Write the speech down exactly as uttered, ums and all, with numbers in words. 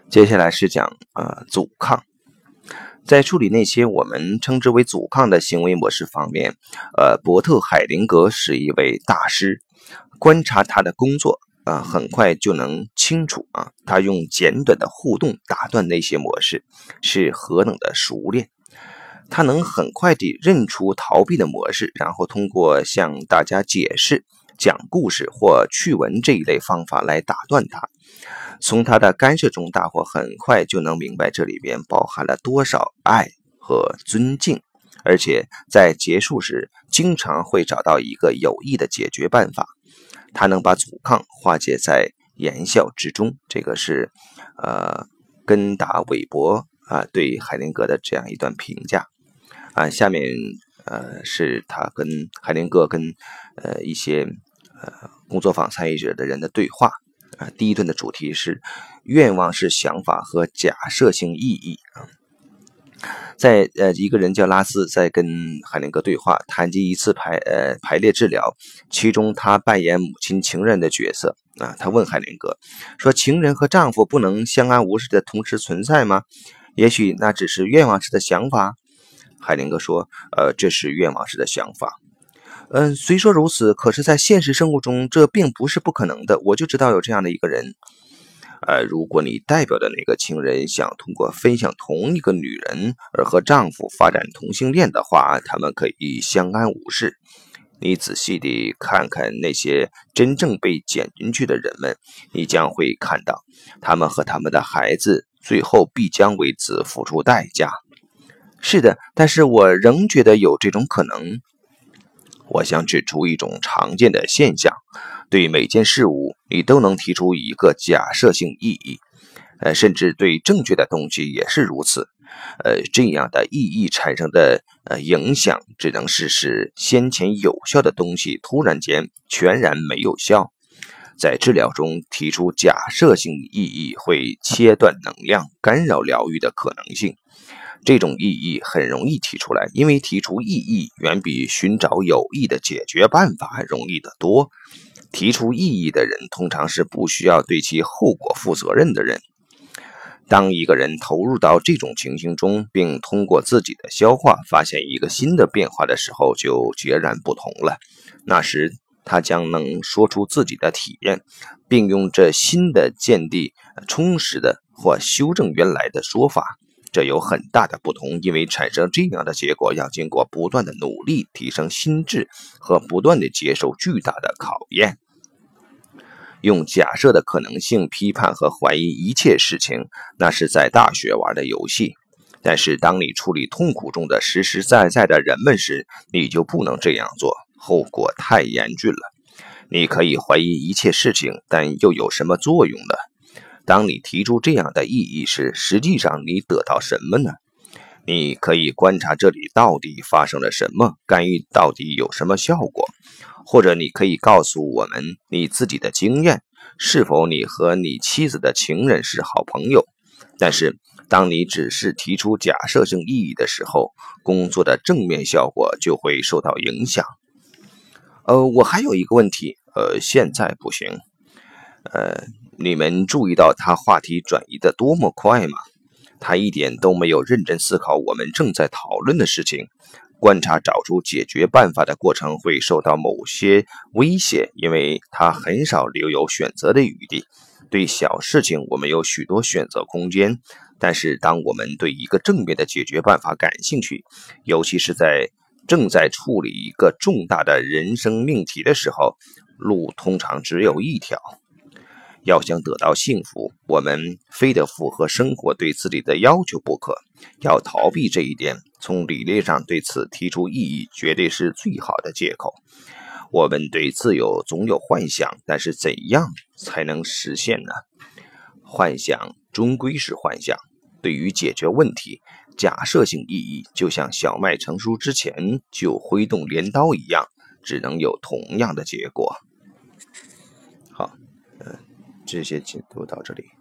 接下来是讲呃阻抗。在处理那些我们称之为阻抗的行为模式方面，呃，伯特·海灵格是一位大师。观察他的工作啊、呃，很快就能清楚啊，他用简短的互动打断那些模式，是何等的熟练。他能很快地认出逃避的模式，然后通过向大家解释、讲故事或趣闻这一类方法来打断他。从他的干涉中，大伙很快就能明白这里边包含了多少爱和尊敬，而且在结束时经常会找到一个有益的解决办法。他能把阻抗化解在言笑之中，这个是呃根达韦伯啊对海灵格的这样一段评价啊。下面呃是他跟海灵格跟呃一些呃工作坊参与者的人的对话。啊，第一段的主题是愿望是想法和假设性意义啊。在呃一个人叫拉斯在跟海灵格对话，谈及一次排呃排列治疗，其中他扮演母亲情人的角色啊。他问海灵格说：“情人和丈夫不能相安无事的同时存在吗？也许那只是愿望式的想法。”海灵格说：“呃，这是愿望式的想法。”嗯，虽说如此，可是在现实生活中，这并不是不可能的。我就知道有这样的一个人。呃，如果你代表的那个情人想通过分享同一个女人而和丈夫发展同性恋的话，他们可以相安无事。你仔细地看看那些真正被剪进去的人们，你将会看到，他们和他们的孩子最后必将为此付出代价。是的，但是我仍觉得有这种可能。我想指出一种常见的现象，对每件事物你都能提出一个假设性意义，呃，甚至对正确的东西也是如此。呃，这样的意义产生的呃影响，只能是使先前有效的东西突然间全然没有效。在治疗中提出假设性意义会切断能量，干扰疗愈的可能性。这种意义很容易提出来，因为提出意义远比寻找有益的解决办法容易得多。提出意义的人通常是不需要对其后果负责任的人。当一个人投入到这种情形中，并通过自己的消化发现一个新的变化的时候，就截然不同了。那时他将能说出自己的体验，并用这新的见地充实的或修正原来的说法。这有很大的不同，因为产生这样的结果要经过不断的努力提升心智和不断的接受巨大的考验。用假设的可能性批判和怀疑一切事情，那是在大学玩的游戏。但是当你处理痛苦中的实实在在的人们时，你就不能这样做，后果太严峻了。你可以怀疑一切事情，但又有什么作用呢？当你提出这样的意义时，实际上你得到什么呢？你可以观察这里到底发生了什么，干预到底有什么效果，或者你可以告诉我们你自己的经验，是否你和你妻子的情人是好朋友。但是当你只是提出假设性意义的时候，工作的正面效果就会受到影响。呃，我还有一个问题，呃，现在不行。呃，你们注意到他话题转移的多么快吗？他一点都没有认真思考我们正在讨论的事情。观察找出解决办法的过程会受到某些威胁，因为他很少留有选择的余地。对小事情我们有许多选择空间，但是当我们对一个正面的解决办法感兴趣，尤其是在正在处理一个重大的人生命题的时候，路通常只有一条。要想得到幸福，我们非得符合生活对自己的要求不可。要逃避这一点，从理论上对此提出异议，绝对是最好的借口。我们对自由总有幻想，但是怎样才能实现呢？幻想终归是幻想。对于解决问题，假设性意义就像小麦成熟之前就挥动镰刀一样，只能有同样的结果。好，呃，这些就都到这里。